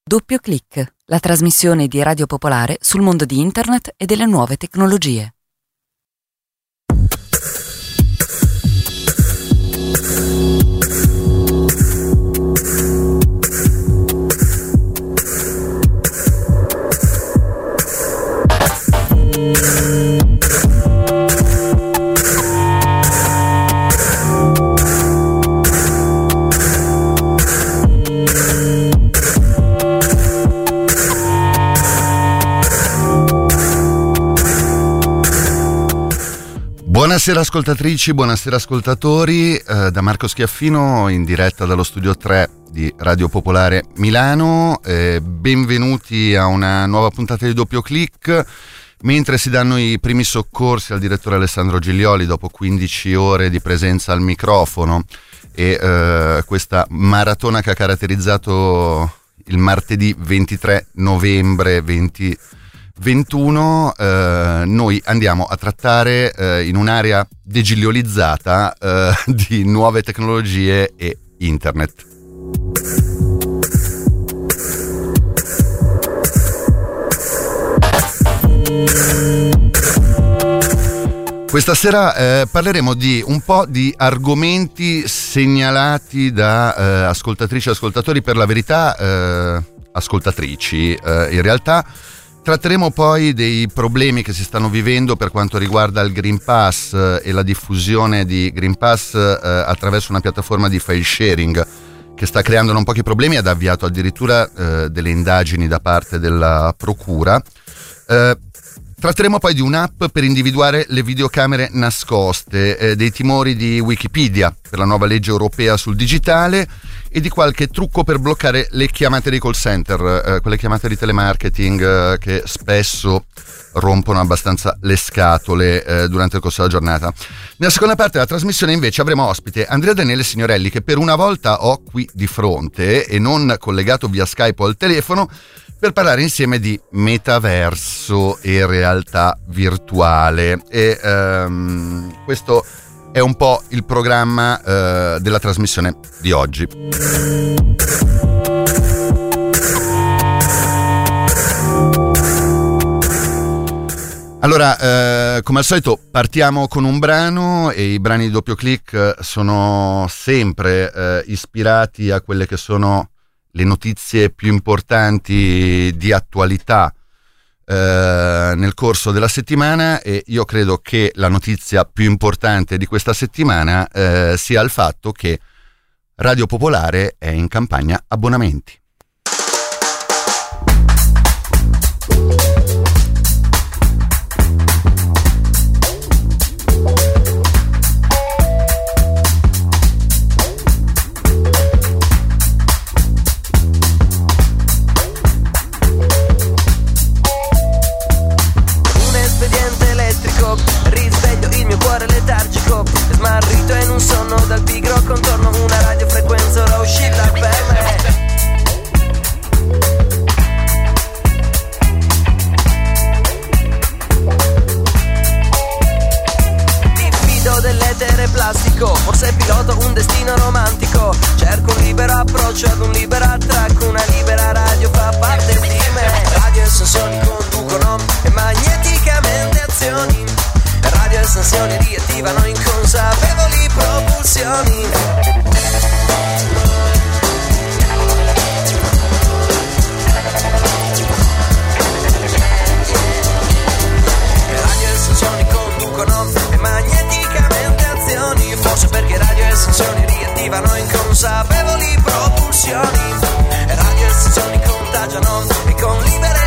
Doppio Clic, la trasmissione di Radio Popolare sul mondo di Internet e delle nuove tecnologie. Buonasera ascoltatrici, buonasera ascoltatori, da Marco Schiaffino in diretta dallo studio 3 di Radio Popolare Milano. Benvenuti a una nuova puntata di Doppio Clic. Mentre si danno i primi soccorsi al direttore Alessandro Giglioli dopo 15 ore di presenza al microfono e questa maratona che ha caratterizzato il martedì 23 novembre 2021, noi andiamo a trattare in un'area degigliolizzata di nuove tecnologie e internet. Questa sera parleremo di un po' di argomenti segnalati da ascoltatrici e ascoltatori, per la verità ascoltatrici. In realtà tratteremo poi dei problemi che si stanno vivendo per quanto riguarda il Green Pass e la diffusione di Green Pass attraverso una piattaforma di file sharing che sta creando non pochi problemi e ha avviato addirittura delle indagini da parte della procura. Tratteremo poi di un'app per individuare le videocamere nascoste, dei timori di Wikipedia per la nuova legge europea sul digitale e di qualche trucco per bloccare le chiamate dei call center, quelle chiamate di telemarketing che spesso rompono abbastanza le scatole durante il corso della giornata. Nella seconda parte della trasmissione invece avremo ospite Andrea Daniele Signorelli, che per una volta ho qui di fronte e non collegato via Skype o al telefono, per parlare insieme di metaverso e realtà virtuale. E questo è un po' il programma della trasmissione di oggi. Allora, come al solito partiamo con un brano, e i brani di Doppio Clic sono sempre ispirati a quelle che sono le notizie più importanti di attualità nel corso della settimana, e io credo che la notizia più importante di questa settimana sia il fatto che Radio Popolare è in campagna abbonamenti. Risveglio il mio cuore letargico, smarrito in un sonno dal pigro contorno, una radiofrequenza ora uscita per me. Mi fido dell'etere plastico, forse piloto un destino romantico, cerco un libero approccio ad un libero attracco, una libera radio fa parte di me. Radio e sensazioni conducono e magneticamente azioni, radio e sensazioni riattivano inconsapevoli propulsioni. Radio e sensazioni conducono e magneticamente azioni, forse perché radio e sensazioni riattivano inconsapevoli propulsioni. Radio e sensazioni contagiano e con libera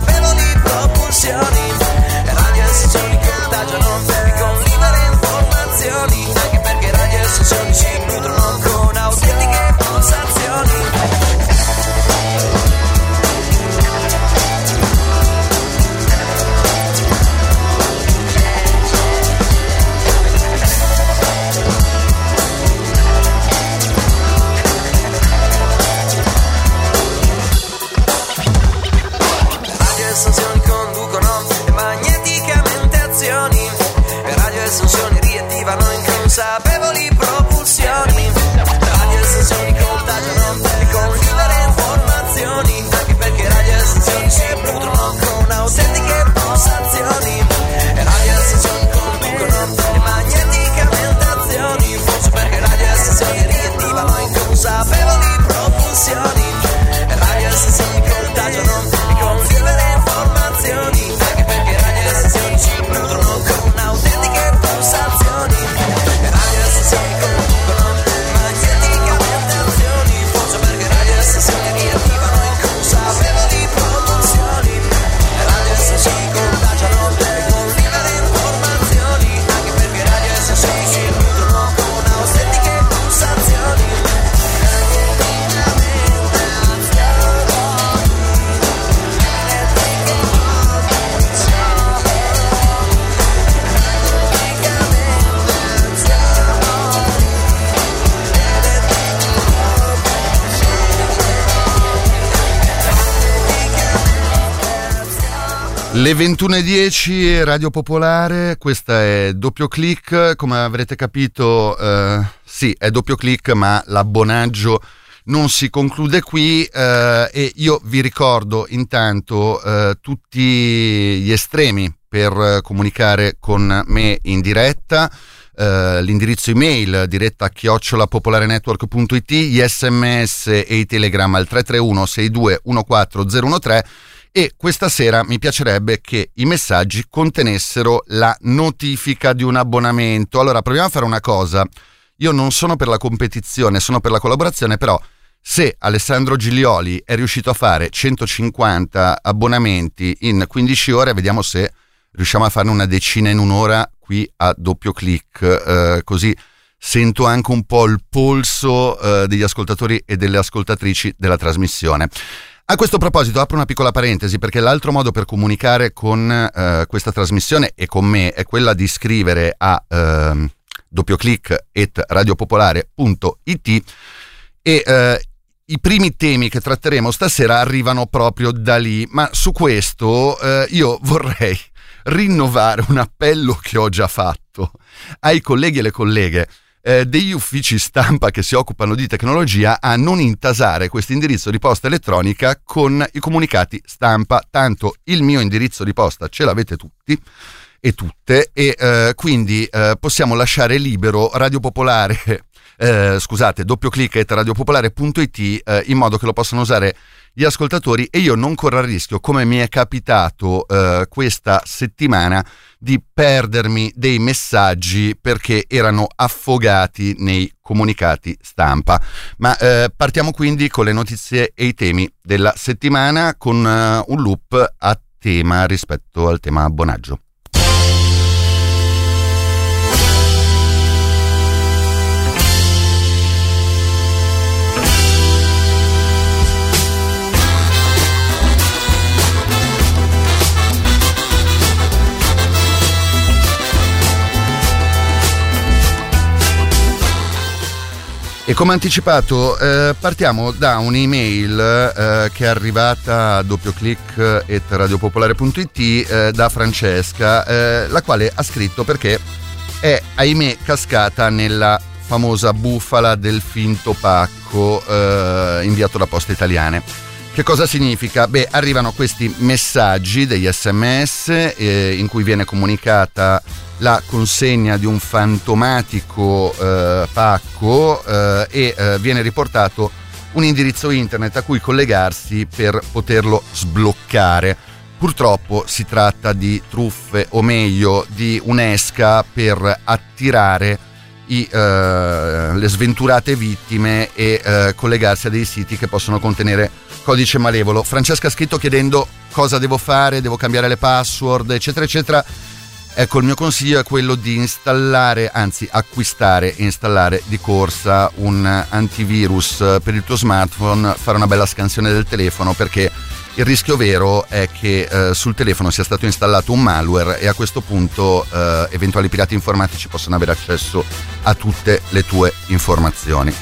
consapevoli propulsioni. Radio e sensazioni contagiano con libere informazioni, anche perché radio e sensazioni si nutrono con autentiche pulsazioni. Sensazioni conducono magneticamente azioni, radio e sensazioni riattivano inconsapevoli propulsioni. Radio e sensazioni contagiano con libere informazioni, anche perché radio e sensazioni si nutrono con autentiche pulsazioni. Radio e sensazioni conducono magneticamente azioni, forse perché radio e sensazioni riattivano inconsapevoli propulsioni. Radio e sensazioni contagiano con libere informazioni, anche perché radio e sensazioni si nutrono con autentiche pulsazioni. Radio e sensazioni conducono magneticamente azioni, forse perché radio e sensazioni riattivano inconsapevoli propulsioni. Radio e sensazioni contagiano con libere informazioni, anche perché radio e sensazioni si nutrono con autentiche pulsazioni. Le 21:10, Radio Popolare, questa è Doppio Click, come avrete capito sì, è Doppio Click, ma l'abbonaggio non si conclude qui e io vi ricordo intanto tutti gli estremi per comunicare con me in diretta. L'indirizzo email diretta@popolarenetwork.it, gli sms e i telegram al 331 62 14013. E questa sera mi piacerebbe che i messaggi contenessero la notifica di un abbonamento. Allora proviamo a fare una cosa: io non sono per la competizione, sono per la collaborazione, però se Alessandro Giglioli è riuscito a fare 150 abbonamenti in 15 ore, vediamo se riusciamo a farne una decina in un'ora qui a Doppio Click, così sento anche un po' il polso degli ascoltatori e delle ascoltatrici della trasmissione. A questo proposito apro una piccola parentesi, perché l'altro modo per comunicare con questa trasmissione e con me è quella di scrivere a doppioclick@radiopopolare.it e i primi temi che tratteremo stasera arrivano proprio da lì, ma su questo io vorrei rinnovare un appello che ho già fatto ai colleghi e le colleghe degli uffici stampa che si occupano di tecnologia a non intasare questo indirizzo di posta elettronica con i comunicati stampa, tanto il mio indirizzo di posta ce l'avete tutti e tutte e quindi possiamo lasciare libero Radio Popolare doppioclick@radiopopolare.it in modo che lo possano usare gli ascoltatori e io non corro il rischio, come mi è capitato questa settimana, di perdermi dei messaggi perché erano affogati nei comunicati stampa. Ma partiamo quindi con le notizie e i temi della settimana, con un loop a tema rispetto al tema abbonaggio. E come anticipato partiamo da un'email che è arrivata a doppioclick@radiopopolare.it da Francesca, la quale ha scritto perché è ahimè cascata nella famosa bufala del finto pacco inviato da Poste Italiane. Che cosa significa? Beh, arrivano questi messaggi, degli SMS in cui viene comunicata la consegna di un fantomatico pacco e viene riportato un indirizzo internet a cui collegarsi per poterlo sbloccare. Purtroppo si tratta di truffe, o meglio di un'esca per attirare le sventurate vittime e collegarsi a dei siti che possono contenere codice malevolo. Francesca ha scritto chiedendo cosa devo fare, devo cambiare le password, eccetera eccetera. Ecco, il mio consiglio è quello di acquistare e installare di corsa un antivirus per il tuo smartphone, fare una bella scansione del telefono, perché il rischio vero è che sul telefono sia stato installato un malware e a questo punto eventuali pirati informatici possono avere accesso a tutte le tue informazioni.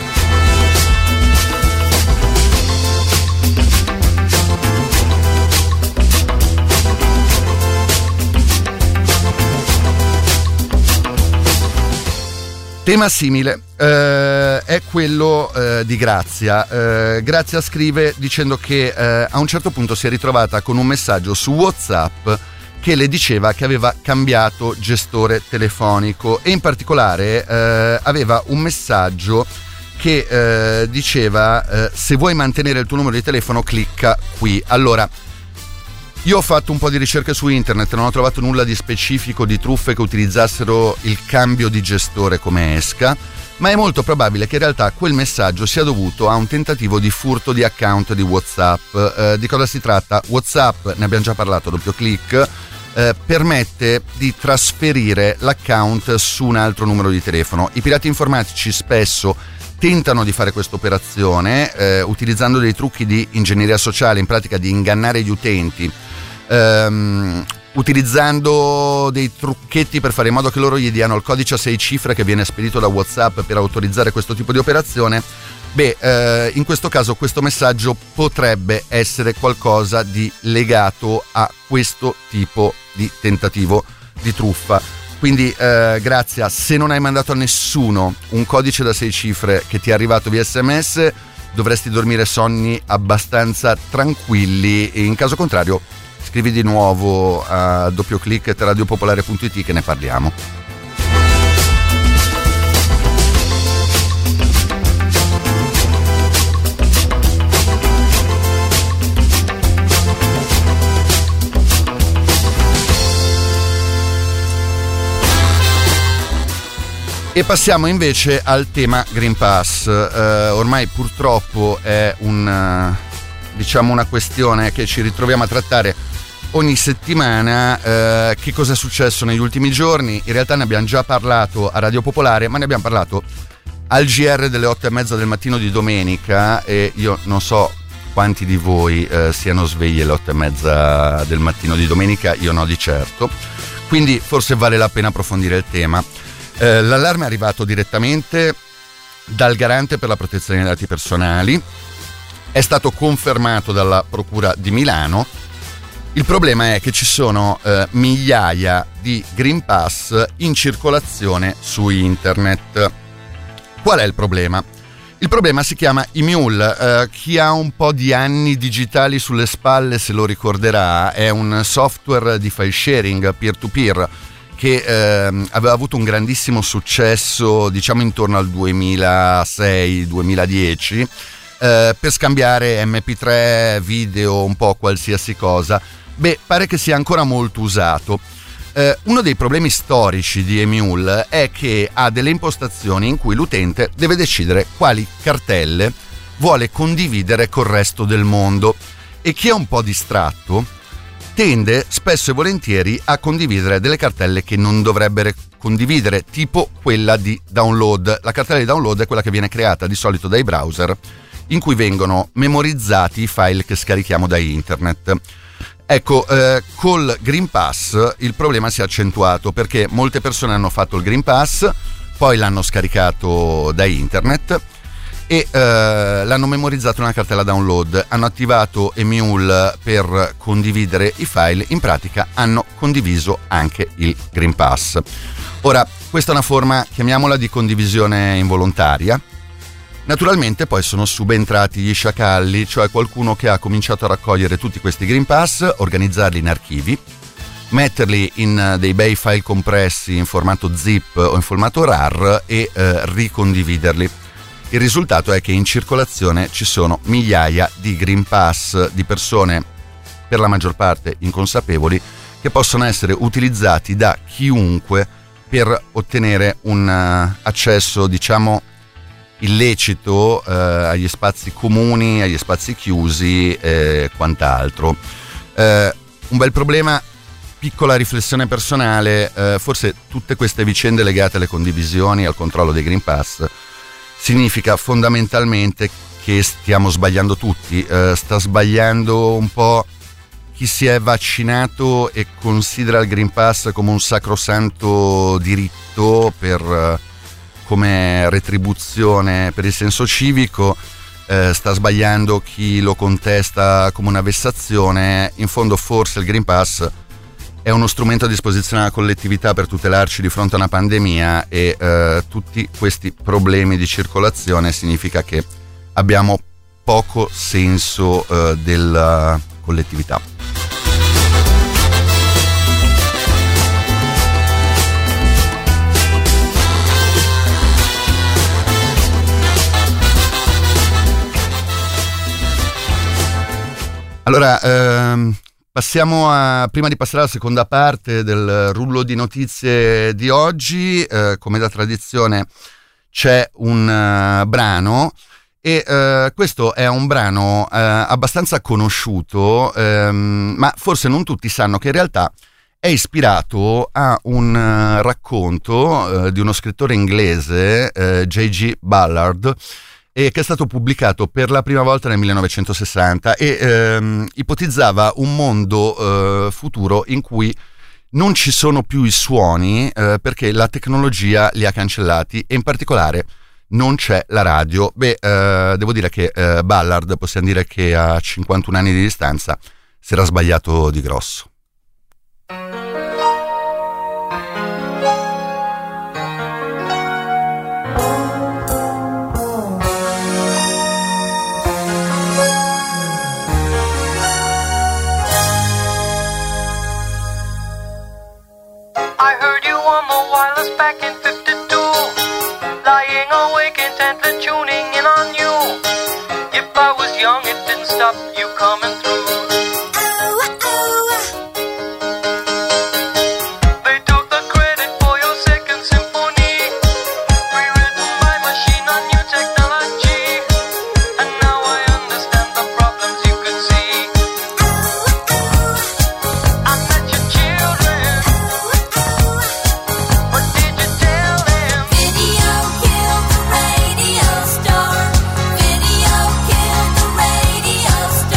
Tema simile è quello di Grazia. Grazia scrive dicendo che a un certo punto si è ritrovata con un messaggio su WhatsApp che le diceva che aveva cambiato gestore telefonico e in particolare aveva un messaggio che diceva se vuoi mantenere il tuo numero di telefono clicca qui. Allora, io ho fatto un po' di ricerche su internet, non ho trovato nulla di specifico di truffe che utilizzassero il cambio di gestore come esca, ma è molto probabile che in realtà quel messaggio sia dovuto a un tentativo di furto di account di WhatsApp. Di cosa si tratta? WhatsApp, ne abbiamo già parlato a doppio clic, permette di trasferire l'account su un altro numero di telefono. I pirati informatici spesso tentano di fare questa operazione utilizzando dei trucchi di ingegneria sociale, in pratica di ingannare gli utenti, utilizzando dei trucchetti per fare in modo che loro gli diano il codice a 6 cifre che viene spedito da WhatsApp per autorizzare questo tipo di operazione. In questo caso questo messaggio potrebbe essere qualcosa di legato a questo tipo di tentativo di truffa. Quindi Grazia, se non hai mandato a nessuno un codice da 6 cifre che ti è arrivato via SMS, dovresti dormire sonni abbastanza tranquilli, e in caso contrario scrivi di nuovo a @radiopopolare.it che ne parliamo. E passiamo invece al tema Green Pass. Ormai purtroppo è una questione che ci ritroviamo a trattare ogni settimana. Che cosa è successo negli ultimi giorni? In realtà ne abbiamo già parlato a Radio Popolare, ma ne abbiamo parlato al GR delle 8:30 del mattino di domenica, e io non so quanti di voi siano svegli alle 8:30 del mattino di domenica, io no di certo, quindi forse vale la pena approfondire il tema. L'allarme è arrivato direttamente dal Garante per la protezione dei dati personali, è stato confermato dalla Procura di Milano. Il problema è che ci sono migliaia di Green Pass in circolazione su internet. Qual è il problema? Il problema si chiama eMule. Chi ha un po' di anni digitali sulle spalle se lo ricorderà. È un software di file sharing peer-to-peer che aveva avuto un grandissimo successo, diciamo intorno al 2006-2010, per scambiare MP3, video, un po' qualsiasi cosa. Pare che sia ancora molto usato. Uno dei problemi storici di eMule è che ha delle impostazioni in cui l'utente deve decidere quali cartelle vuole condividere col resto del mondo, e chi è un po' distratto tende spesso e volentieri a condividere delle cartelle che non dovrebbe condividere, tipo quella di download. La cartella di download è quella che viene creata di solito dai browser, in cui vengono memorizzati i file che scarichiamo da internet. Ecco, col Green Pass il problema si è accentuato, perché molte persone hanno fatto il Green Pass, poi l'hanno scaricato da internet e l'hanno memorizzato in una cartella download, hanno attivato eMule per condividere i file, in pratica hanno condiviso anche il Green Pass. Ora, questa è una forma, chiamiamola, di condivisione involontaria. Naturalmente poi sono subentrati gli sciacalli, cioè qualcuno che ha cominciato a raccogliere tutti questi Green Pass, organizzarli in archivi, metterli in dei bei file compressi in formato zip o in formato RAR e ricondividerli. Il risultato è che in circolazione ci sono migliaia di Green Pass di persone, per la maggior parte inconsapevoli, che possono essere utilizzati da chiunque per ottenere un accesso, diciamo, illecito agli spazi comuni, agli spazi chiusi e quant'altro. Un bel problema. Piccola riflessione personale, forse tutte queste vicende legate alle condivisioni, al controllo dei Green Pass, significa fondamentalmente che stiamo sbagliando tutti. Sta sbagliando un po' chi si è vaccinato e considera il Green Pass come un sacrosanto diritto come retribuzione per il senso civico. Sta sbagliando chi lo contesta come una vessazione. In fondo forse il Green Pass è uno strumento a disposizione della collettività per tutelarci di fronte a una pandemia, e tutti questi problemi di circolazione significa che abbiamo poco senso della collettività. Allora, prima di passare alla seconda parte del rullo di notizie di oggi, come da tradizione c'è un brano, e questo è un brano abbastanza conosciuto, ma forse non tutti sanno che in realtà è ispirato a un racconto di uno scrittore inglese, J.G. Ballard, e che è stato pubblicato per la prima volta nel 1960 e ipotizzava un mondo futuro in cui non ci sono più i suoni perché la tecnologia li ha cancellati, e in particolare non c'è la radio. Devo dire che Ballard, possiamo dire che a 51 anni di distanza si era sbagliato di grosso. Back in 52, lying awake intently tuning in on you. If I was young, it didn't stop you coming through. They took the credit for your second symphony, rewritten by machine on new technology. And now I understand the problems you could see. I met your children. Video killed the radio star.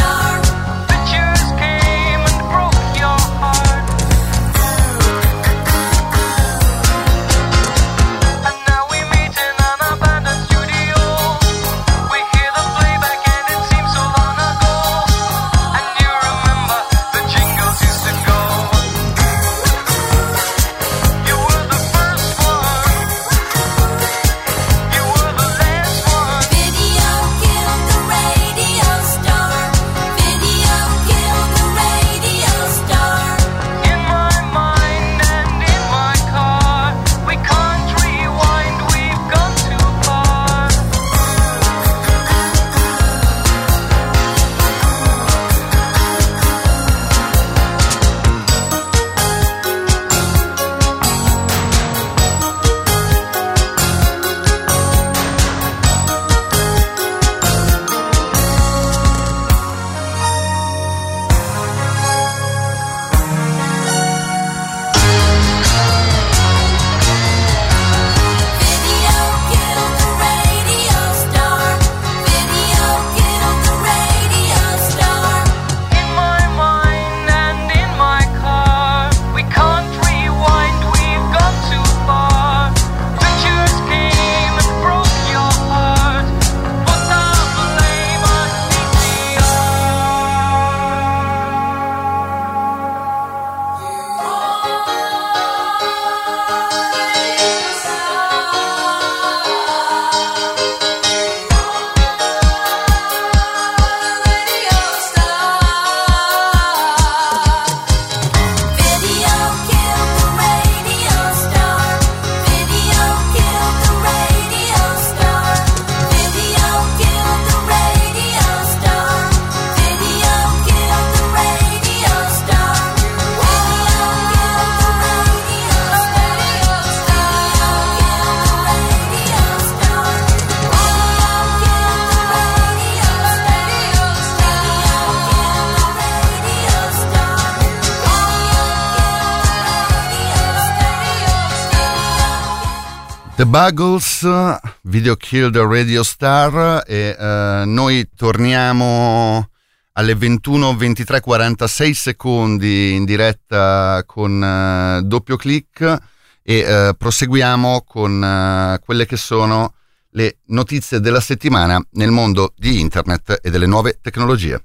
The Buggles, Video Killed a Radio Star, e noi torniamo alle 21:23:46 secondi in diretta con Doppio Click e proseguiamo con quelle che sono le notizie della settimana nel mondo di internet e delle nuove tecnologie.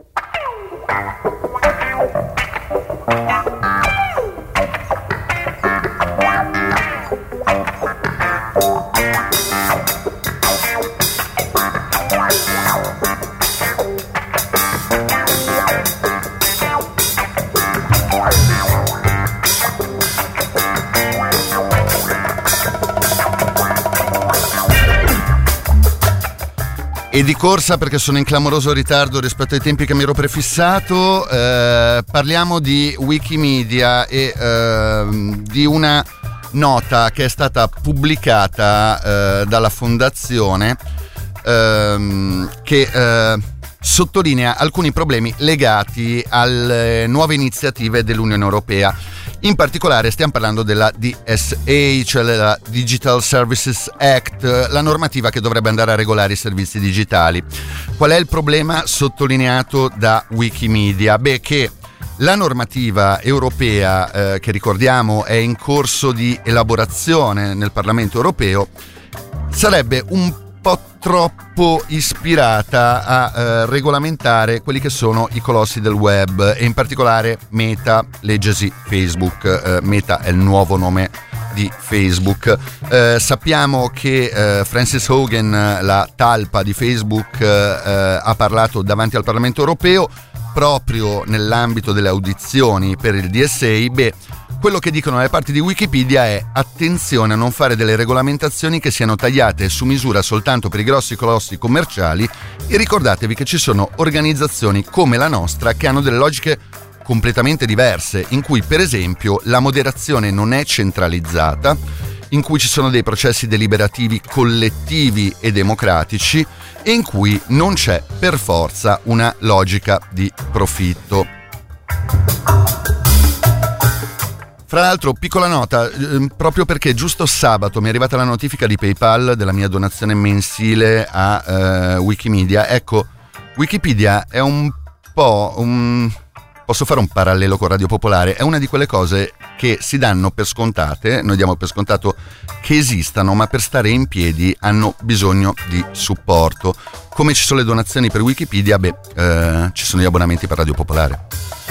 E di corsa, perché sono in clamoroso ritardo rispetto ai tempi che mi ero prefissato, parliamo di Wikimedia e di una nota che è stata pubblicata dalla fondazione che sottolinea alcuni problemi legati alle nuove iniziative dell'Unione Europea. In particolare stiamo parlando della DSA, cioè la Digital Services Act, la normativa che dovrebbe andare a regolare i servizi digitali. Qual è il problema sottolineato da Wikimedia? Beh, che la normativa europea, che ricordiamo è in corso di elaborazione nel Parlamento europeo, sarebbe un po' troppo ispirata a regolamentare quelli che sono i colossi del web e in particolare Meta, leggesi Facebook. Meta è il nuovo nome di Facebook. Sappiamo che Frances Haugen, la talpa di Facebook, ha parlato davanti al Parlamento europeo proprio nell'ambito delle audizioni per il DSA. Beh, quello che dicono le parti di Wikipedia è: attenzione a non fare delle regolamentazioni che siano tagliate su misura soltanto per i grossi colossi commerciali, e ricordatevi che ci sono organizzazioni come la nostra che hanno delle logiche completamente diverse, in cui per esempio la moderazione non è centralizzata, in cui ci sono dei processi deliberativi collettivi e democratici e in cui non c'è per forza una logica di profitto. Fra l'altro, piccola nota, proprio perché giusto sabato mi è arrivata la notifica di PayPal della mia donazione mensile a Wikimedia. Ecco, Wikipedia è un po' posso fare un parallelo con Radio Popolare, è una di quelle cose che si danno per scontate, noi diamo per scontato che esistano, ma per stare in piedi hanno bisogno di supporto. Come ci sono le donazioni per Wikipedia, ci sono gli abbonamenti per Radio Popolare.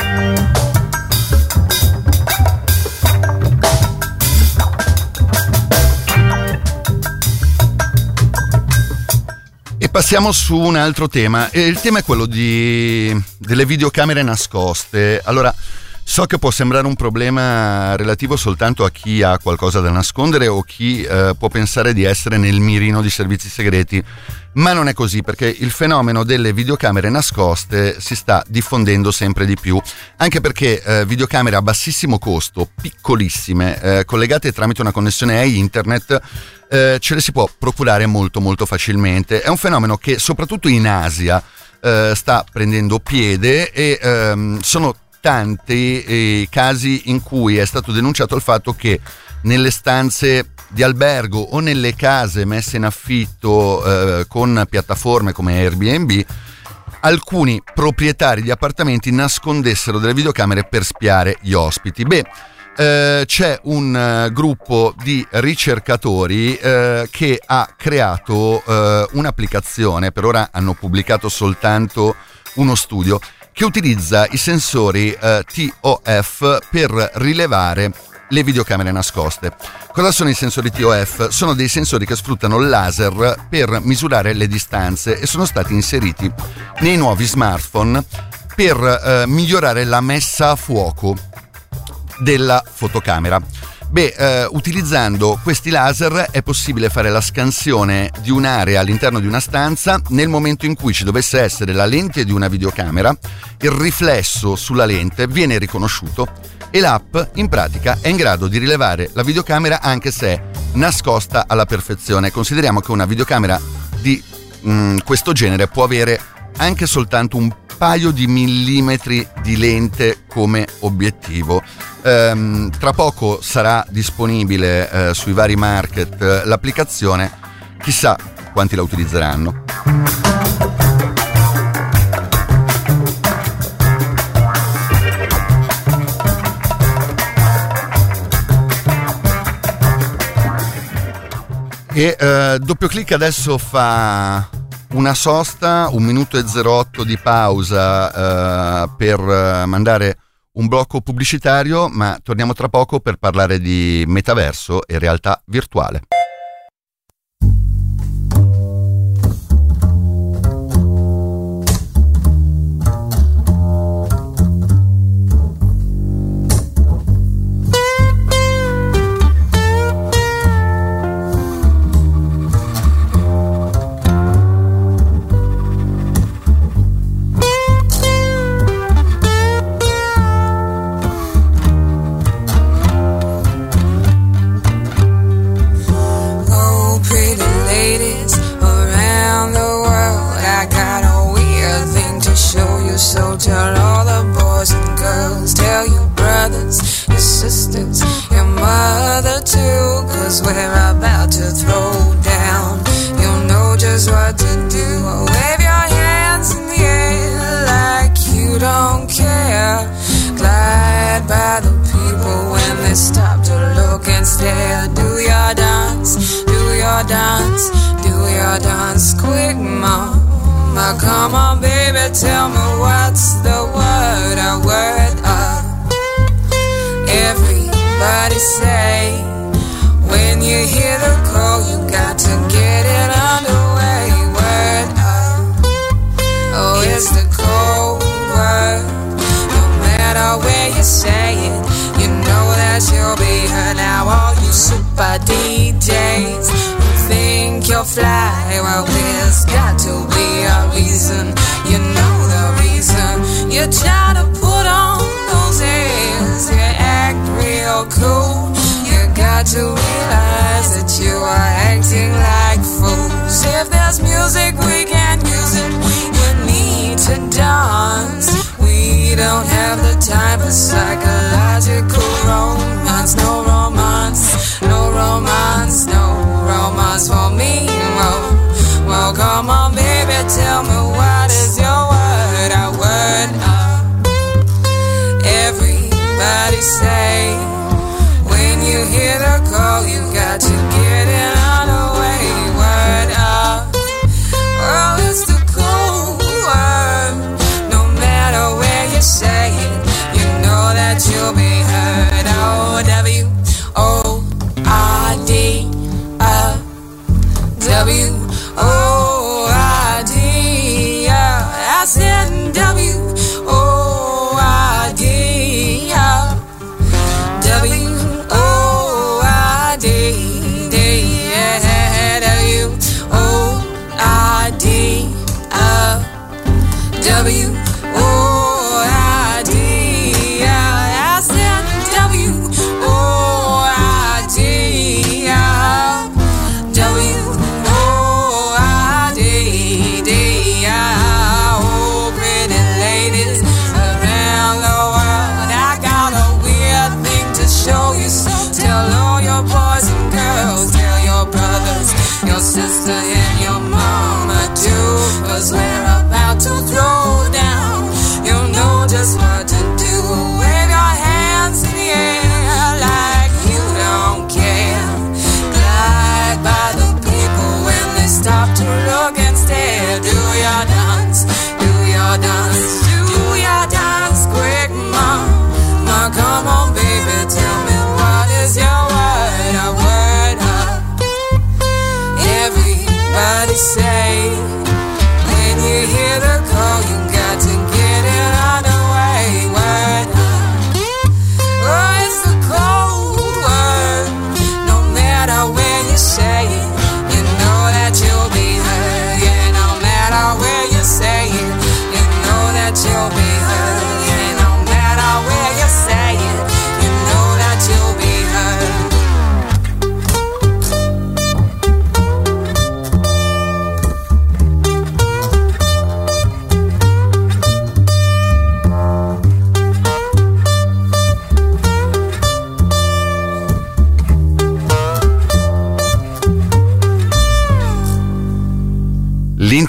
E passiamo su un altro tema, e il tema è quello delle videocamere nascoste. Allora, so che può sembrare un problema relativo soltanto a chi ha qualcosa da nascondere o chi può pensare di essere nel mirino di servizi segreti, ma non è così, perché il fenomeno delle videocamere nascoste si sta diffondendo sempre di più, anche perché videocamere a bassissimo costo, piccolissime, collegate tramite una connessione a internet, ce le si può procurare molto molto facilmente. È un fenomeno che soprattutto in Asia sta prendendo piede e sono tanti i casi in cui è stato denunciato il fatto che nelle stanze di albergo o nelle case messe in affitto con piattaforme come Airbnb, alcuni proprietari di appartamenti nascondessero delle videocamere per spiare gli ospiti. C'è un gruppo di ricercatori che ha creato un'applicazione, per ora hanno pubblicato soltanto uno studio, che utilizza i sensori TOF per rilevare le videocamere nascoste. Cosa sono i sensori TOF? Sono dei sensori che sfruttano il laser per misurare le distanze e sono stati inseriti nei nuovi smartphone per migliorare la messa a fuoco della fotocamera. Utilizzando questi laser è possibile fare la scansione di un'area all'interno di una stanza. Nel momento in cui ci dovesse essere la lente di una videocamera, il riflesso sulla lente viene riconosciuto e l'app in pratica è in grado di rilevare la videocamera anche se è nascosta alla perfezione. Consideriamo che una videocamera di questo genere può avere anche soltanto un paio di millimetri di lente come obiettivo. Tra poco sarà disponibile sui vari market l'applicazione, chissà quanti la utilizzeranno. E Doppio Clic adesso fa una sosta, 1 minuto e 08 di pausa per mandare un blocco pubblicitario, ma torniamo tra poco per parlare di metaverso e realtà virtuale. So tell all the boys and girls, tell your brothers, your sisters, your mother too, 'cause we're about to throw down. You'll know just what to do. Wave your hands in the air like you don't care. Glide by the people when they stop to look and stare. Do your dance, do your dance, do your dance quick, mom. Come on, baby, tell me what's the word, a word up. Everybody say, when you hear the call, you got to get it underway. Word up, oh, it's the cold word. No matter where you say it, you know that you'll be heard. Now all you super DJs who think you'll fly, well, there's got to be a reason. You know the reason. You try to put on those airs, you act real cool. You got to realize that you are acting like fools. If there's music, we can use it. You need to dance. We don't have the time for psychological romance. No romance, no romance, no romance for me. Well, come on, baby, tell me what is your word, a word up. Everybody say, when you hear the call, you got to get it on the way. Word up, well, it's the cold word. No matter where you say it, you know that you'll be heard. Oh, W-O-R-D up, W-O-R-D, I said W-O-R-D, W-O-R-D, yeah, W-O-R-D, W-O-R-D, I said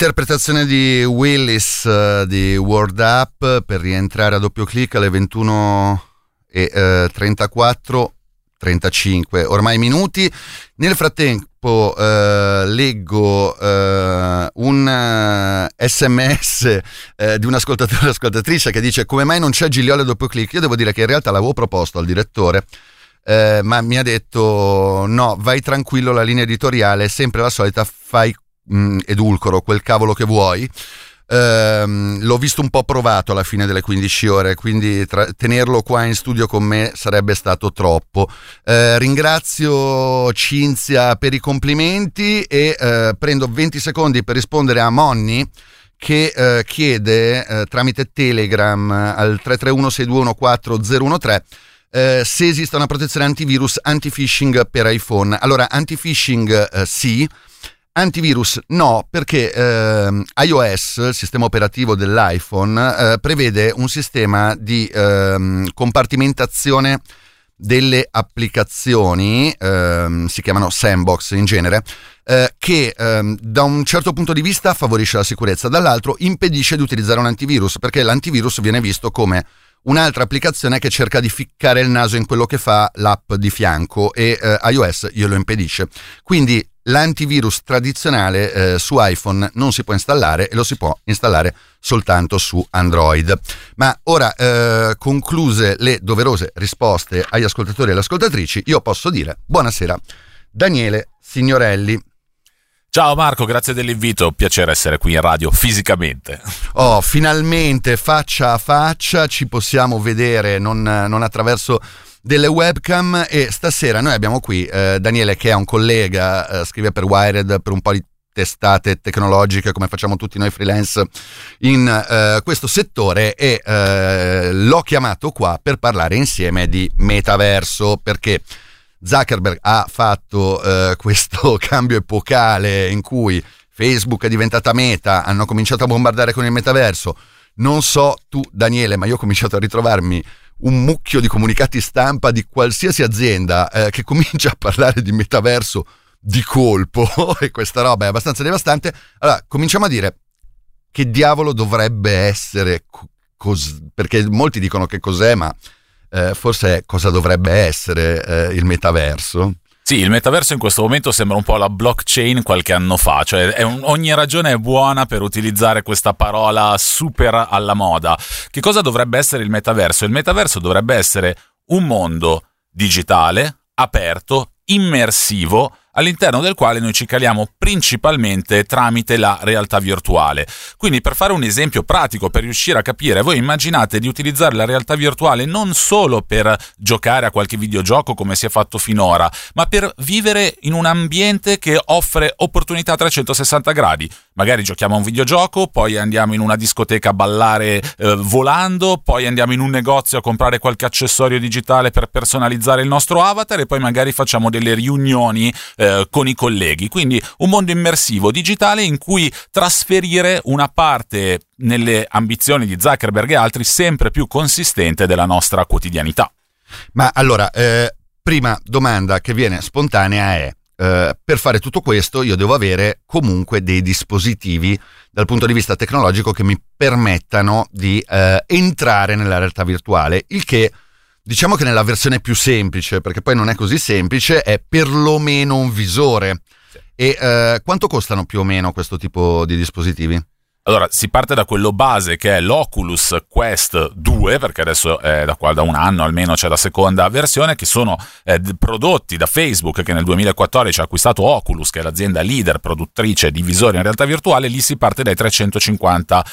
Interpretazione di Willis di Word Up per rientrare a doppio clic alle 21:34-35 ormai minuti. Nel frattempo leggo un SMS di un ascoltatore o ascoltatrice che dice: come mai non c'è Giglioli a doppio clic? Io devo dire che in realtà l'avevo proposto al direttore, ma mi ha detto no, vai tranquillo, la linea editoriale è sempre la solita, fai edulcoro quel cavolo che vuoi. L'ho visto un po' provato alla fine delle 15 ore, quindi tenerlo qua in studio con me sarebbe stato troppo. Ringrazio Cinzia per i complimenti e prendo 20 secondi per rispondere a Monni che chiede tramite Telegram al 331-621-4013 se esiste una protezione antivirus anti-phishing per iPhone. Allora, anti-phishing sì, antivirus no, perché iOS, il sistema operativo dell'iPhone, prevede un sistema di compartimentazione delle applicazioni, si chiamano sandbox in genere, che da un certo punto di vista favorisce la sicurezza, dall'altro impedisce di utilizzare un antivirus, perché l'antivirus viene visto come un'altra applicazione che cerca di ficcare il naso in quello che fa l'app di fianco, e iOS glielo impedisce. Quindi l'antivirus tradizionale su iPhone non si può installare e lo si può installare soltanto su Android. Ma ora, concluse le doverose risposte agli ascoltatori e alle ascoltatrici, io posso dire buonasera Daniele Signorelli. Ciao Marco, grazie dell'invito, piacere essere qui in radio fisicamente. Oh, finalmente faccia a faccia ci possiamo vedere, non attraverso delle webcam, e stasera noi abbiamo qui Daniele, che è un collega, scrive per Wired, per un po' di testate tecnologiche come facciamo tutti noi freelance in questo settore, e l'ho chiamato qua per parlare insieme di metaverso, perché Zuckerberg ha fatto questo cambio epocale in cui Facebook è diventata Meta, hanno cominciato a bombardare con il metaverso. Non so tu Daniele, ma io ho cominciato a ritrovarmi un mucchio di comunicati stampa di qualsiasi azienda che comincia a parlare di metaverso di colpo e questa roba è abbastanza devastante. Allora, cominciamo a dire che diavolo dovrebbe essere, perché molti dicono che cos'è, ma forse è cosa dovrebbe essere il metaverso. Sì, il metaverso in questo momento sembra un po' la blockchain qualche anno fa, cioè ogni ragione è buona per utilizzare questa parola super alla moda. Che cosa dovrebbe essere il metaverso? Il metaverso dovrebbe essere un mondo digitale, aperto, immersivo, all'interno del quale noi ci caliamo principalmente tramite la realtà virtuale. Quindi, per fare un esempio pratico, per riuscire a capire, voi immaginate di utilizzare la realtà virtuale non solo per giocare a qualche videogioco come si è fatto finora, ma per vivere in un ambiente che offre opportunità a 360 gradi. Magari giochiamo a un videogioco, poi andiamo in una discoteca a ballare volando, poi andiamo in un negozio a comprare qualche accessorio digitale per personalizzare il nostro avatar, e poi magari facciamo delle riunioni con i colleghi. Quindi un mondo immersivo digitale in cui trasferire una parte, nelle ambizioni di Zuckerberg e altri, sempre più consistente della nostra quotidianità. Ma allora, prima domanda che viene spontanea è: per fare tutto questo io devo avere comunque dei dispositivi dal punto di vista tecnologico che mi permettano di entrare nella realtà virtuale, il che, diciamo che nella versione più semplice, perché poi non è così semplice, è perlomeno un visore. Sì. E quanto costano più o meno questo tipo di dispositivi? Allora, si parte da quello base che è l'Oculus Quest 2, perché adesso è da un anno almeno c'è la seconda versione, che sono prodotti da Facebook, che nel 2014 ha acquistato Oculus, che è l'azienda leader produttrice di visori in realtà virtuale. Lì si parte dai €350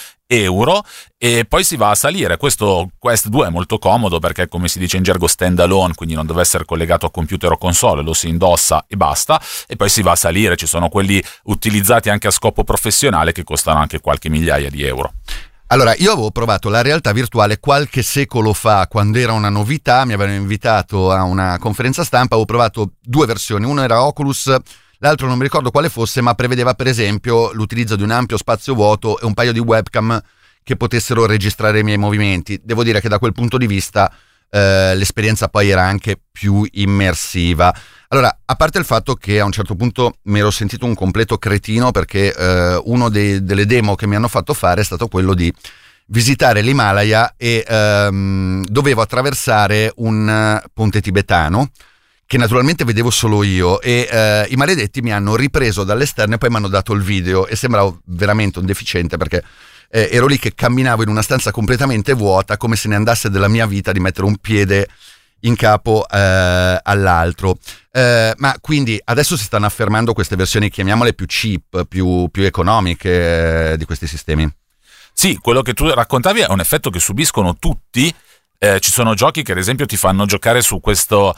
e poi si va a salire. Questo Quest 2 è molto comodo perché, come si dice in gergo, stand alone, quindi non deve essere collegato a computer o console, lo si indossa e basta, e poi si va a salire. Ci sono quelli utilizzati anche a scopo professionale che costano anche qualche migliaia di euro. Allora, io avevo provato la realtà virtuale qualche secolo fa, quando era una novità, mi avevano invitato a una conferenza stampa, avevo provato due versioni, uno era Oculus, l'altro non mi ricordo quale fosse, ma prevedeva per esempio l'utilizzo di un ampio spazio vuoto e un paio di webcam che potessero registrare i miei movimenti. Devo dire che da quel punto di vista l'esperienza poi era anche più immersiva. Allora, a parte il fatto che a un certo punto mi ero sentito un completo cretino perché uno delle demo che mi hanno fatto fare è stato quello di visitare l'Himalaya e dovevo attraversare un ponte tibetano che naturalmente vedevo solo io e i maledetti mi hanno ripreso dall'esterno e poi mi hanno dato il video e sembravo veramente un deficiente perché ero lì che camminavo in una stanza completamente vuota, come se ne andasse della mia vita di mettere un piede in capo all'altro. Ma quindi adesso si stanno affermando queste versioni, chiamiamole più cheap, più economiche di questi sistemi. Sì, quello che tu raccontavi è un effetto che subiscono tutti. Ci sono giochi che ad esempio ti fanno giocare su questa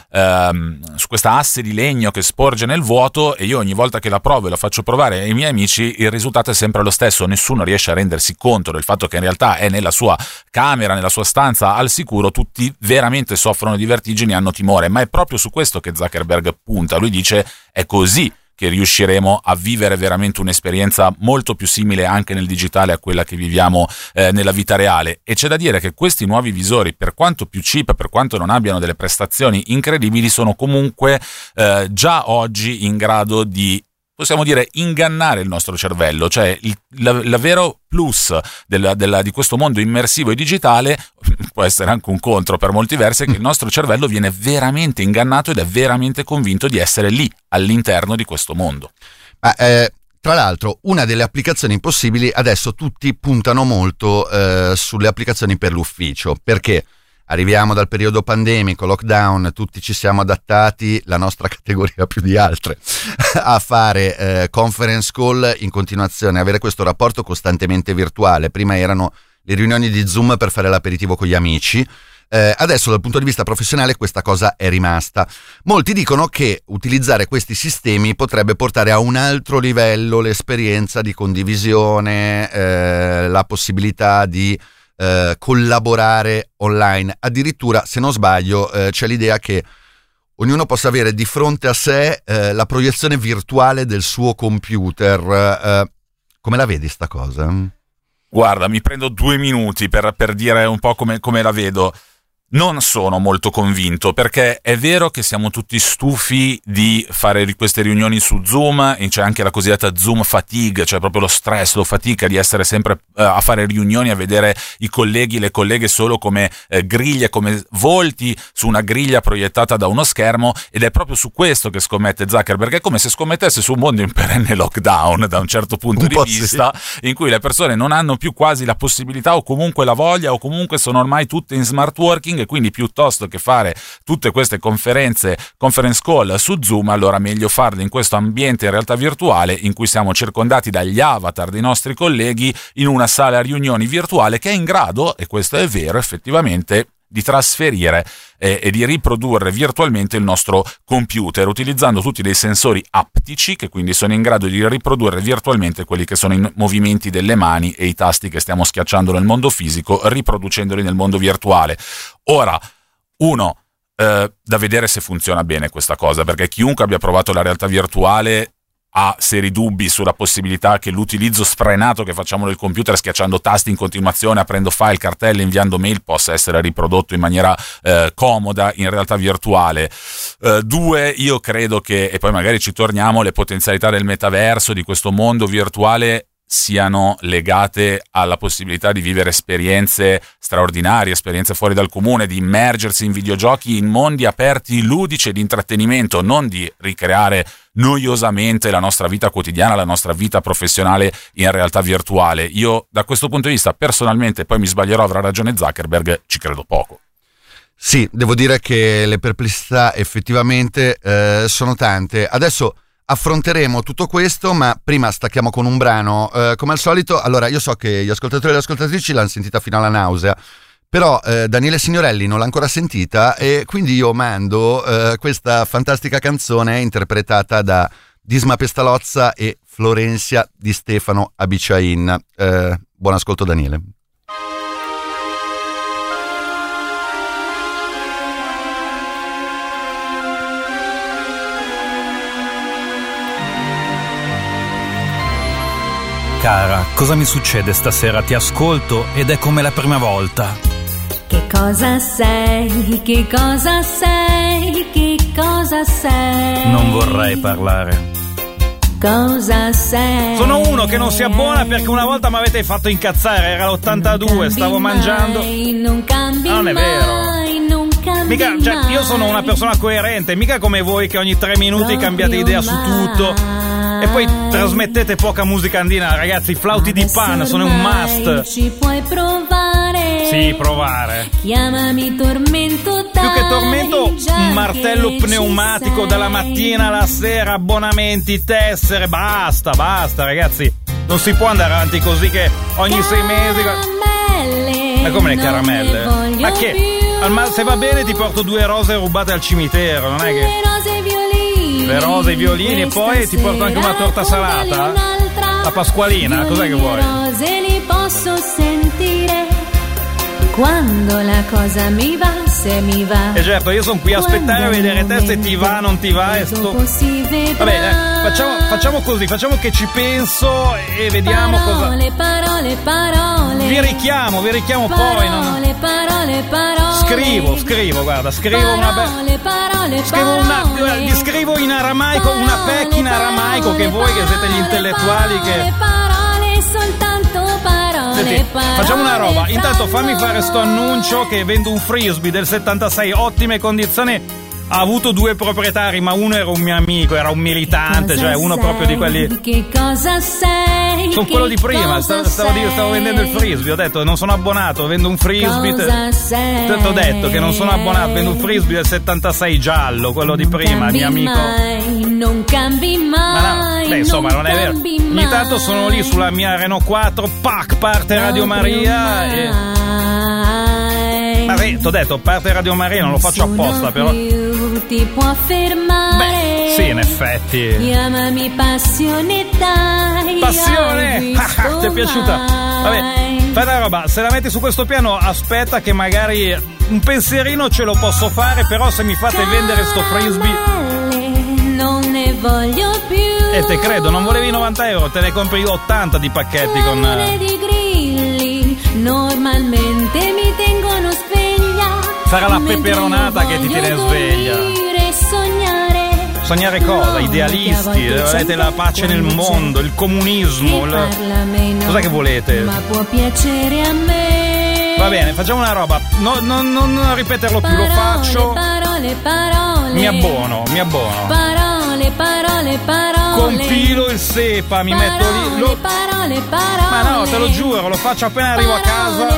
asse di legno che sporge nel vuoto e io ogni volta che la provo e la faccio provare ai miei amici il risultato è sempre lo stesso, nessuno riesce a rendersi conto del fatto che in realtà è nella sua camera, nella sua stanza al sicuro, tutti veramente soffrono di vertigini e hanno timore, ma è proprio su questo che Zuckerberg punta, lui dice è così che riusciremo a vivere veramente un'esperienza molto più simile anche nel digitale a quella che viviamo nella vita reale. E c'è da dire che questi nuovi visori, per quanto più cheap, per quanto non abbiano delle prestazioni incredibili, sono comunque già oggi in grado di, possiamo dire, ingannare il nostro cervello, cioè il vero plus di questo mondo immersivo e digitale può essere anche un contro per molti versi, che il nostro cervello viene veramente ingannato ed è veramente convinto di essere lì all'interno di questo mondo. Tra l'altro, una delle applicazioni possibili, adesso tutti puntano molto sulle applicazioni per l'ufficio, perché arriviamo dal periodo pandemico, lockdown, tutti ci siamo adattati, la nostra categoria più di altre, a fare conference call in continuazione, avere questo rapporto costantemente virtuale. Prima erano le riunioni di Zoom per fare l'aperitivo con gli amici, adesso dal punto di vista professionale questa cosa è rimasta. Molti dicono che utilizzare questi sistemi potrebbe portare a un altro livello l'esperienza di condivisione, la possibilità di collaborare online. Addirittura, se non sbaglio, c'è l'idea che ognuno possa avere di fronte a sé la proiezione virtuale del suo computer. Come la vedi sta cosa? Guarda, mi prendo 2 minuti per dire un po' come la vedo. Non sono molto convinto, perché è vero che siamo tutti stufi di fare queste riunioni su Zoom, e c'è anche la cosiddetta Zoom fatigue, cioè proprio lo stress, lo fatica di essere sempre a fare riunioni, a vedere i colleghi, le colleghe solo come griglie, come volti su una griglia proiettata da uno schermo, ed è proprio su questo che scommette Zuckerberg. È come se scommettesse su un mondo in perenne lockdown da un certo punto di vista, sì, in cui le persone non hanno più quasi la possibilità o comunque la voglia o comunque sono ormai tutte in smart working, e quindi piuttosto che fare tutte queste conference call su Zoom, allora meglio farle in questo ambiente in realtà virtuale in cui siamo circondati dagli avatar dei nostri colleghi in una sala riunioni virtuale che è in grado, e questo è vero effettivamente, di trasferire e di riprodurre virtualmente il nostro computer utilizzando tutti dei sensori aptici che quindi sono in grado di riprodurre virtualmente quelli che sono i movimenti delle mani e i tasti che stiamo schiacciando nel mondo fisico, riproducendoli nel mondo virtuale. Ora, da vedere se funziona bene questa cosa, perché chiunque abbia provato la realtà virtuale ha seri dubbi sulla possibilità che l'utilizzo sfrenato che facciamo del computer schiacciando tasti in continuazione, aprendo file, cartelle, inviando mail, possa essere riprodotto in maniera comoda in realtà virtuale. 2, io credo che, e poi magari ci torniamo, le potenzialità del metaverso, di questo mondo virtuale, siano legate alla possibilità di vivere esperienze straordinarie, esperienze fuori dal comune, di immergersi in videogiochi, in mondi aperti, ludici e di intrattenimento, non di ricreare noiosamente la nostra vita quotidiana, la nostra vita professionale in realtà virtuale. Io da questo punto di vista personalmente, poi mi sbaglierò, avrà ragione Zuckerberg, ci credo poco. Sì, devo dire che le perplessità effettivamente sono tante. Adesso affronteremo tutto questo, ma prima stacchiamo con un brano, come al solito. Allora, io so che gli ascoltatori e le ascoltatrici l'hanno sentita fino alla nausea, però Daniele Signorelli non l'ha ancora sentita, e quindi io mando questa fantastica canzone interpretata da Disma Pestalozza e Florencia Di Stefano Abiciain. Buon ascolto, Daniele. Cara, cosa mi succede stasera? Ti ascolto ed è come la prima volta. Che cosa sei? Che cosa sei? Che cosa sei? Non vorrei parlare. Cosa sei? Sono uno che non si abbona perché una volta mi avete fatto incazzare, era l'82, stavo mangiando. Non cambi Non è vero. mai, non cambi Mica, cioè, mai. io sono una persona coerente, mica come voi che ogni 3 minuti cambiate idea su tutto e poi trasmettete poca musica andina. Ragazzi, i flauti di Pan sono un must. Ci puoi provare. Sì, provare. Chiamami tormento, dai, Più che tormento, già un martello che ci pneumatico sei. dalla mattina alla sera, abbonamenti, tessere, basta, ragazzi. Non si può andare avanti così che ogni 6 mesi... Caramelle, Ma come le non caramelle? ne voglio Ma che? più. Se va bene ti porto 2 rose rubate al cimitero, non è che... Le rose e i violini. Le rose e i violini e poi ti porto anche una torta salata? La pasqualina, cos'è che vuoi? Le rose li posso sentire quando la cosa mi va, se mi va. E certo, io sono qui a aspettare a vedere te se ti va, non ti va e sto... Vabbè, facciamo così, facciamo che ci penso e vediamo cosa... Parole. Vi richiamo poi, no? Parole. Scrivo, guarda, scrivo una bella... Scrivo in aramaico, una pec in aramaico, che voi che siete gli intellettuali che... Parole, soltanto parole. Senti, facciamo una roba, intanto fammi fare sto annuncio che vendo un frisbee del 76, ottime condizioni. Ha avuto 2 proprietari, ma uno era un mio amico, era un militante, cioè uno proprio di quelli... Che cosa sei? Sono quello di prima, stavo vendendo il frisbee, ho detto non sono abbonato, vendo un frisbee. Ti ho detto che non sono abbonato, vendo un frisbee del 76 giallo, quello di prima, mio amico. Non cambi mai. Ma no, beh, insomma, non è vero. Ogni tanto sono lì sulla mia Renault 4, parte Radio Maria e... Ma sì, ti ho detto, parte Radio Maria, non lo faccio apposta, però... Ti può fermare. Beh, sì, in effetti. Chiamami passione, dai. Passione! Ti è piaciuta? Vabbè, fai una roba, se la metti su questo piano, aspetta che magari un pensierino ce lo posso fare, però se mi fate vendere sto frisbee... Non ne voglio più. E te credo, non volevi 90 euro, te ne compri 80 di pacchetti con... di grilli, normalmente mi tengono sveglia. Sarà la peperonata che ti tiene sveglia. Sognare cosa? Idealisti, volete la pace nel mondo, il comunismo, cos'è che volete? Ma può piacere a me. Va bene, facciamo una roba, non ripeterlo più, lo faccio. Parole. Mi abbono. Parole. Compilo il SEPA, mi metto lì. Parole. Ma no, te lo giuro, lo faccio appena arrivo a casa.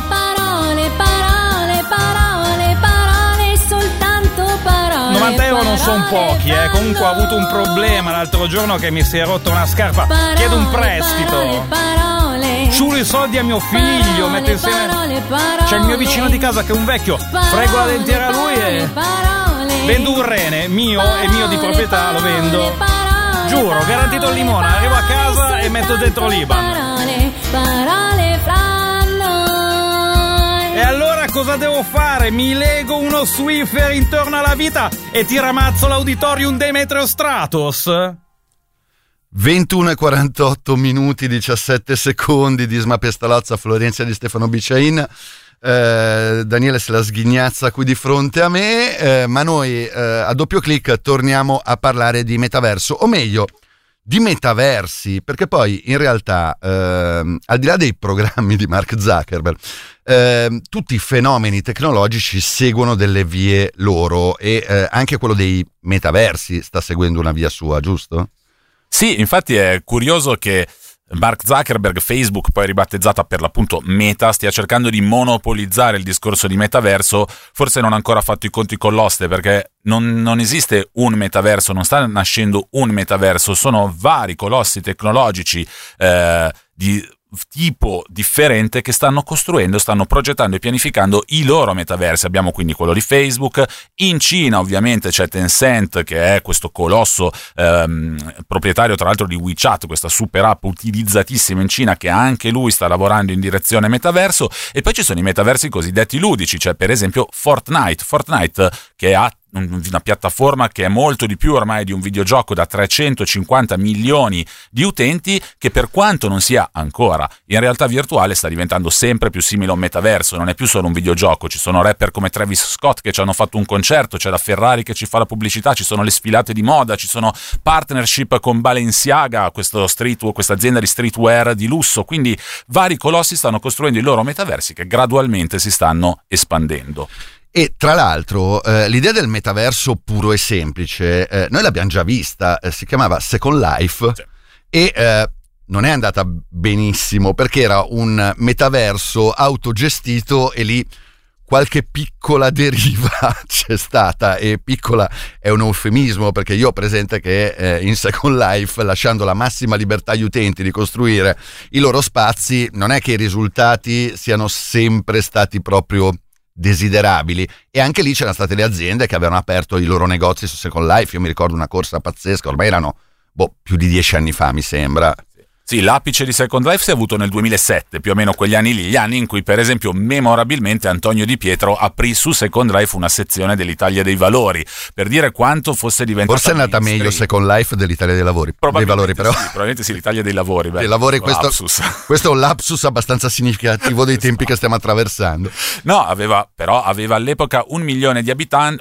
Parole, soltanto parole. 90 euro non sono pochi, comunque ho avuto un problema l'altro giorno che mi si è rotta una scarpa. Chiedo un prestito. Ciulo i soldi a mio figlio, metto insieme. C'è il mio vicino di casa che è un vecchio, frego la dentiera a lui e vendo un rene mio e mio di proprietà, lo vendo. Giuro, garantito il limone, arrivo a casa e metto dentro l'Iban. Parole fra noi. E allora cosa devo fare? Mi lego uno Swiffer intorno alla vita e ti ramazzo l'auditorium Demetrio Stratos? 21:48 minuti 17 secondi di Isma Pestalozza, Florenzia di Stefano Bicciain. Daniele se la sghignazza qui di fronte a me, ma noi a doppio clic torniamo a parlare di metaverso, o meglio di metaversi, perché poi in realtà al di là dei programmi di Mark Zuckerberg, tutti i fenomeni tecnologici seguono delle vie loro e anche quello dei metaversi sta seguendo una via sua, giusto? Sì, infatti è curioso che Mark Zuckerberg, Facebook, poi ribattezzata per l'appunto Meta, stia cercando di monopolizzare il discorso di metaverso. Forse non ha ancora fatto i conti con l'oste, perché non esiste un metaverso, non sta nascendo un metaverso, sono vari colossi tecnologici di tipo differente che stanno costruendo, stanno progettando e pianificando i loro metaversi. Abbiamo quindi quello di Facebook, in Cina ovviamente c'è Tencent, che è questo colosso proprietario tra l'altro di WeChat, questa super app utilizzatissima in Cina, che anche lui sta lavorando in direzione metaverso. E poi ci sono i metaversi cosiddetti ludici, cioè per esempio Fortnite che ha una piattaforma che è molto di più ormai di un videogioco, da 350 milioni di utenti, che per quanto non sia ancora in realtà virtuale sta diventando sempre più simile a un metaverso. Non è più solo un videogioco, ci sono rapper come Travis Scott che ci hanno fatto un concerto, c'è la Ferrari che ci fa la pubblicità, ci sono le sfilate di moda, ci sono partnership con Balenciaga, questa azienda di streetwear di lusso, quindi vari colossi stanno costruendo i loro metaversi che gradualmente si stanno espandendo. E tra l'altro l'idea del metaverso puro e semplice noi l'abbiamo già vista, si chiamava Second Life, sì. E non è andata benissimo perché era un metaverso autogestito e lì qualche piccola deriva c'è stata, e piccola è un eufemismo perché io ho presente che in Second Life, lasciando la massima libertà agli utenti di costruire i loro spazi, non è che i risultati siano sempre stati proprio desiderabili, e anche lì c'erano state le aziende che avevano aperto i loro negozi su Second Life. Io mi ricordo una corsa pazzesca, ormai erano più di 10 anni fa mi sembra. Sì, l'apice di Second Life si è avuto nel 2007, più o meno quegli anni lì, gli anni in cui per esempio memorabilmente Antonio Di Pietro aprì su Second Life una sezione dell'Italia dei Valori, per dire quanto fosse diventata forse è andata meglio Second Life dell'Italia dei Lavori, dei Valori, però. Sì, probabilmente sì, l'Italia dei Lavori, dei lavori, questo è un lapsus abbastanza significativo dei tempi che stiamo attraversando. No, aveva all'epoca 1 milione di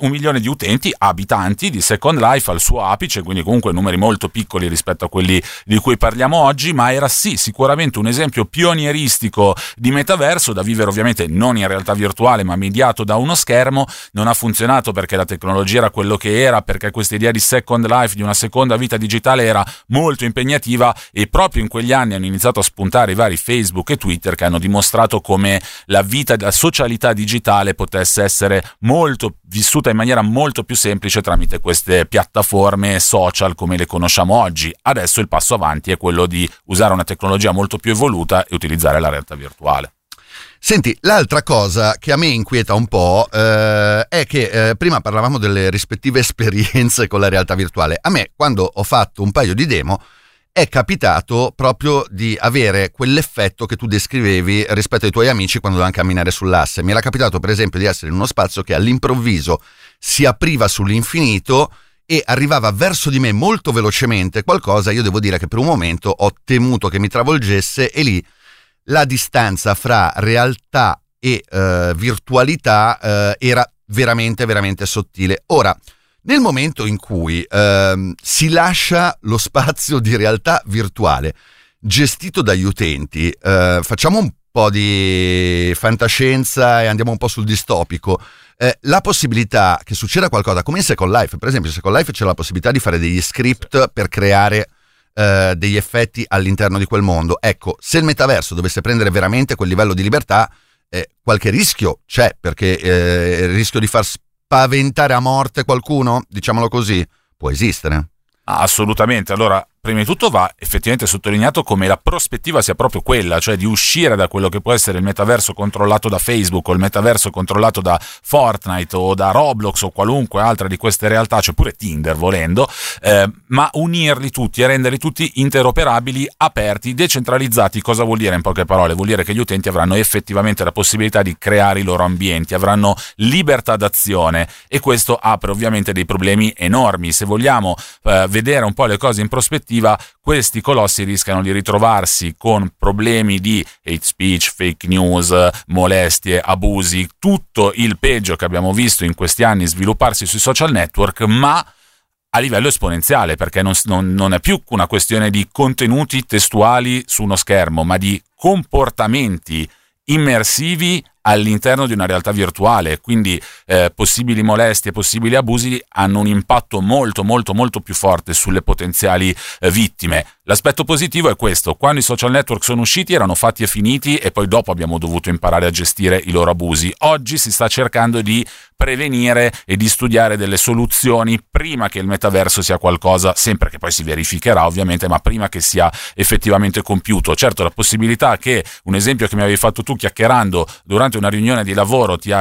abitanti di Second Life al suo apice, quindi comunque numeri molto piccoli rispetto a quelli di cui parliamo oggi, ma era sì sicuramente un esempio pionieristico di metaverso da vivere ovviamente non in realtà virtuale ma mediato da uno schermo. Non ha funzionato perché la tecnologia era quello che era, perché questa idea di Second Life, di una seconda vita digitale, era molto impegnativa, e proprio in quegli anni hanno iniziato a spuntare i vari Facebook e Twitter che hanno dimostrato come la vita della socialità digitale potesse essere molto vissuta in maniera molto più semplice tramite queste piattaforme social come le conosciamo oggi. Adesso il passo avanti è quello di usare una tecnologia molto più evoluta e utilizzare la realtà virtuale. Senti, l'altra cosa che a me inquieta un po' è che prima parlavamo delle rispettive esperienze con la realtà virtuale. A me, quando ho fatto un paio di demo, è capitato proprio di avere quell'effetto che tu descrivevi rispetto ai tuoi amici quando dovevano camminare sull'asse. Mi era capitato per esempio di essere in uno spazio che all'improvviso si apriva sull'infinito e arrivava verso di me molto velocemente qualcosa. Io devo dire che per un momento ho temuto che mi travolgesse, e lì la distanza fra realtà e virtualità era veramente veramente sottile. Ora, nel momento in cui si lascia lo spazio di realtà virtuale gestito dagli utenti, facciamo un po' di fantascienza e andiamo un po' sul distopico, la possibilità che succeda qualcosa come in Second Life, per esempio in Second Life c'è la possibilità di fare degli script per creare degli effetti all'interno di quel mondo. Ecco, se il metaverso dovesse prendere veramente quel livello di libertà, qualche rischio c'è, perché il rischio di far spaventare a morte qualcuno, diciamolo così, può esistere. Assolutamente. Allora, prima di tutto va effettivamente sottolineato come la prospettiva sia proprio quella, cioè di uscire da quello che può essere il metaverso controllato da Facebook o il metaverso controllato da Fortnite o da Roblox o qualunque altra di queste realtà, cioè pure Tinder volendo, ma unirli tutti e renderli tutti interoperabili, aperti, decentralizzati. Cosa vuol dire in poche parole? Vuol dire che gli utenti avranno effettivamente la possibilità di creare i loro ambienti, avranno libertà d'azione, e questo apre ovviamente dei problemi enormi. Se vogliamo vedere un po' le cose in prospettiva, questi colossi rischiano di ritrovarsi con problemi di hate speech, fake news, molestie, abusi, tutto il peggio che abbiamo visto in questi anni svilupparsi sui social network, ma a livello esponenziale, perché non è più una questione di contenuti testuali su uno schermo, ma di comportamenti immersivi all'interno di una realtà virtuale. Quindi possibili molestie, possibili abusi hanno un impatto molto molto molto più forte sulle potenziali vittime. L'aspetto positivo è questo: quando i social network sono usciti erano fatti e finiti, e poi dopo abbiamo dovuto imparare a gestire i loro abusi. Oggi si sta cercando di prevenire e di studiare delle soluzioni prima che il metaverso sia qualcosa, sempre che poi si verificherà ovviamente, ma prima che sia effettivamente compiuto. Certo, la possibilità che, un esempio che mi avevi fatto tu chiacchierando durante una riunione di lavoro, ti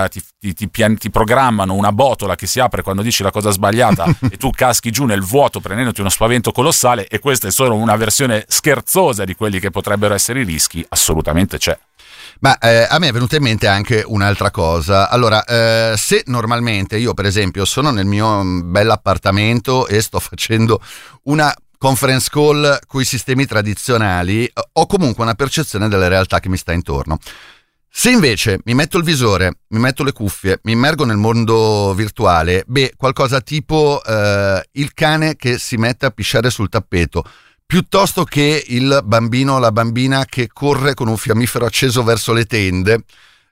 programmano una botola che si apre quando dici la cosa sbagliata e tu caschi giù nel vuoto prendendoti uno spavento colossale, e questa è solo una versione scherzosa di quelli che potrebbero essere i rischi, assolutamente c'è. Ma a me è venuta in mente anche un'altra cosa. Allora, se normalmente io per esempio sono nel mio bell'appartamento e sto facendo una conference call con i sistemi tradizionali, ho comunque una percezione della realtà che mi sta intorno. Se invece mi metto il visore, mi metto le cuffie, mi immergo nel mondo virtuale, qualcosa tipo il cane che si mette a pisciare sul tappeto, piuttosto che il bambino o la bambina che corre con un fiammifero acceso verso le tende,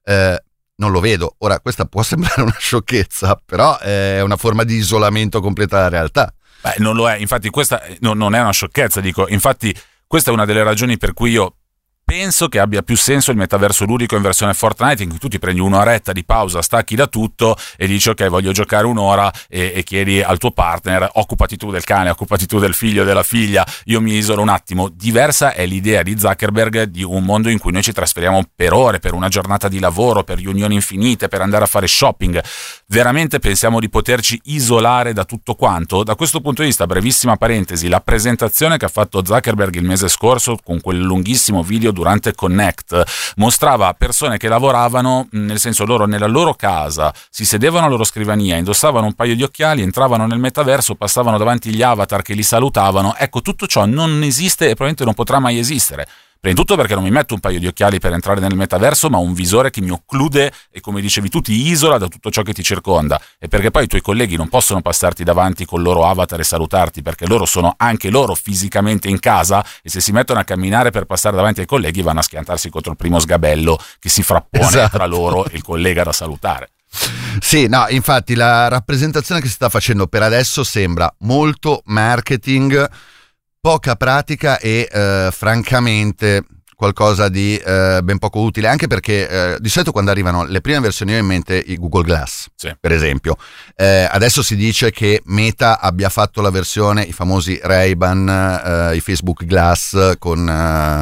non lo vedo. Ora, questa può sembrare una sciocchezza, però è una forma di isolamento completo dalla realtà. Beh, non lo è, infatti questa non è una sciocchezza, dico, infatti questa è una delle ragioni per cui io penso che abbia più senso il metaverso ludico in versione Fortnite, in cui tu ti prendi un'oretta di pausa, stacchi da tutto e dici ok, voglio giocare un'ora e chiedi al tuo partner occupati tu del cane, occupati tu del figlio, della figlia, io mi isolo un attimo. Diversa è l'idea di Zuckerberg di un mondo in cui noi ci trasferiamo per ore, per una giornata di lavoro, per riunioni infinite, per andare a fare shopping. Veramente pensiamo di poterci isolare da tutto quanto? Da questo punto di vista, brevissima parentesi, la presentazione che ha fatto Zuckerberg il mese scorso con quel lunghissimo video durante Connect mostrava persone che lavoravano, nel senso loro nella loro casa si sedevano alla loro scrivania, indossavano un paio di occhiali, entravano nel metaverso, passavano davanti gli avatar che li salutavano. Ecco, tutto ciò non esiste e probabilmente non potrà mai esistere. Prima di tutto perché non mi metto un paio di occhiali per entrare nel metaverso, ma un visore che mi occlude e, come dicevi tu, ti isola da tutto ciò che ti circonda. E perché poi i tuoi colleghi non possono passarti davanti col loro avatar e salutarti, perché loro sono anche loro fisicamente in casa e se si mettono a camminare per passare davanti ai colleghi vanno a schiantarsi contro il primo sgabello che si frappone tra loro e il collega da salutare. Sì, no, infatti la rappresentazione che si sta facendo per adesso sembra molto marketing, poca pratica e francamente qualcosa di ben poco utile, anche perché di solito quando arrivano le prime versioni io ho in mente i Google Glass, sì, per esempio. Adesso si dice che Meta abbia fatto la versione, i famosi Ray-Ban, i Facebook Glass con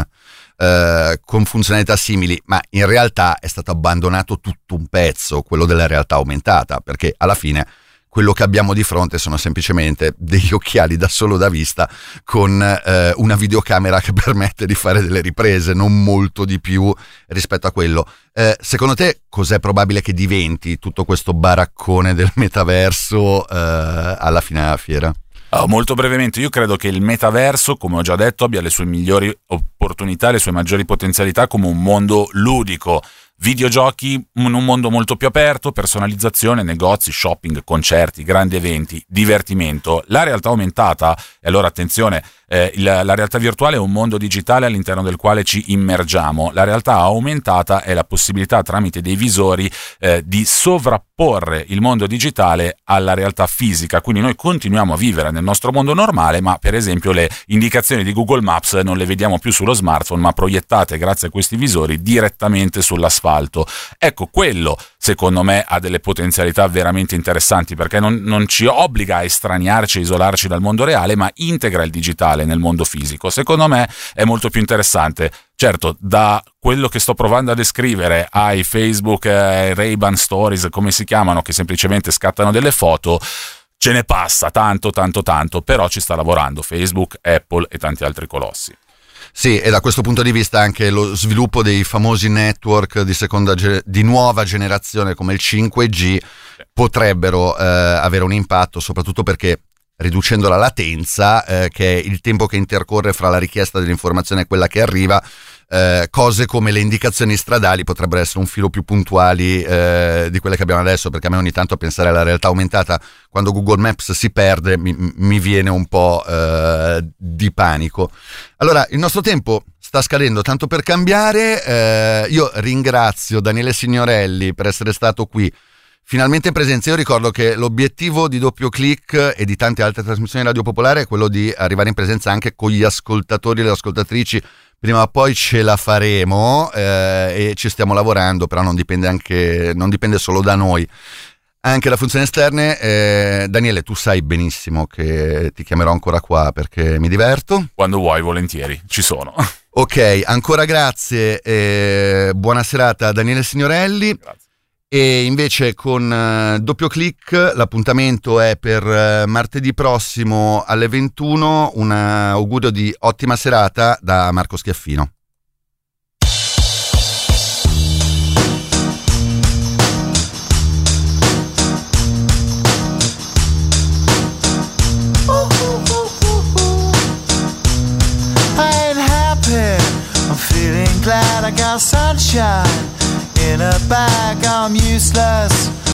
funzionalità simili, ma in realtà è stato abbandonato tutto un pezzo, quello della realtà aumentata, perché alla fine quello che abbiamo di fronte sono semplicemente degli occhiali da solo da vista con una videocamera che permette di fare delle riprese, non molto di più rispetto a quello. Secondo te cos'è probabile che diventi tutto questo baraccone del metaverso alla fine della fiera? Molto brevemente, io credo che il metaverso, come ho già detto, abbia le sue migliori opportunità, le sue maggiori potenzialità come un mondo ludico. Videogiochi in un mondo molto più aperto, personalizzazione, negozi, shopping, concerti, grandi eventi, divertimento. La realtà aumentata, e allora attenzione, la realtà virtuale è un mondo digitale all'interno del quale ci immergiamo. La realtà aumentata è la possibilità tramite dei visori di sovrapporre il mondo digitale alla realtà fisica, quindi noi continuiamo a vivere nel nostro mondo normale, ma per esempio le indicazioni di Google Maps non le vediamo più sullo smartphone, ma proiettate grazie a questi visori direttamente sull'asfalto. Ecco, quello secondo me ha delle potenzialità veramente interessanti, perché non ci obbliga a estraniarci, a isolarci dal mondo reale, ma integra il digitale nel mondo fisico. Secondo me è molto più interessante. Certo, da quello che sto provando a descrivere ai Facebook Ray-Ban Stories, come si chiamano, che semplicemente scattano delle foto, ce ne passa tanto, però ci sta lavorando Facebook, Apple e tanti altri colossi. Sì, e da questo punto di vista anche lo sviluppo dei famosi network di nuova generazione come il 5G potrebbero avere un impatto, soprattutto perché riducendo la latenza, che è il tempo che intercorre fra la richiesta dell'informazione e quella che arriva, cose come le indicazioni stradali potrebbero essere un filo più puntuali di quelle che abbiamo adesso, perché a me ogni tanto a pensare alla realtà aumentata quando Google Maps si perde mi viene un po' di panico. Allora, il nostro tempo sta scadendo, tanto per cambiare. Io ringrazio Daniele Signorelli per essere stato qui finalmente in presenza. Io ricordo che l'obiettivo di Doppio Click e di tante altre trasmissioni Radio Popolare è quello di arrivare in presenza anche con gli ascoltatori e le ascoltatrici. Prima o poi ce la faremo e ci stiamo lavorando, però non dipende solo da noi. Anche da funzioni esterne. Daniele, tu sai benissimo che ti chiamerò ancora qua perché mi diverto. Quando vuoi, volentieri, ci sono. Ok, ancora grazie, buona serata Daniele Signorelli. Grazie. E invece con Doppio Click l'appuntamento è per martedì prossimo alle 21. Un augurio di ottima serata da Marco Schiaffino. I got sunshine in a bag. I'm useless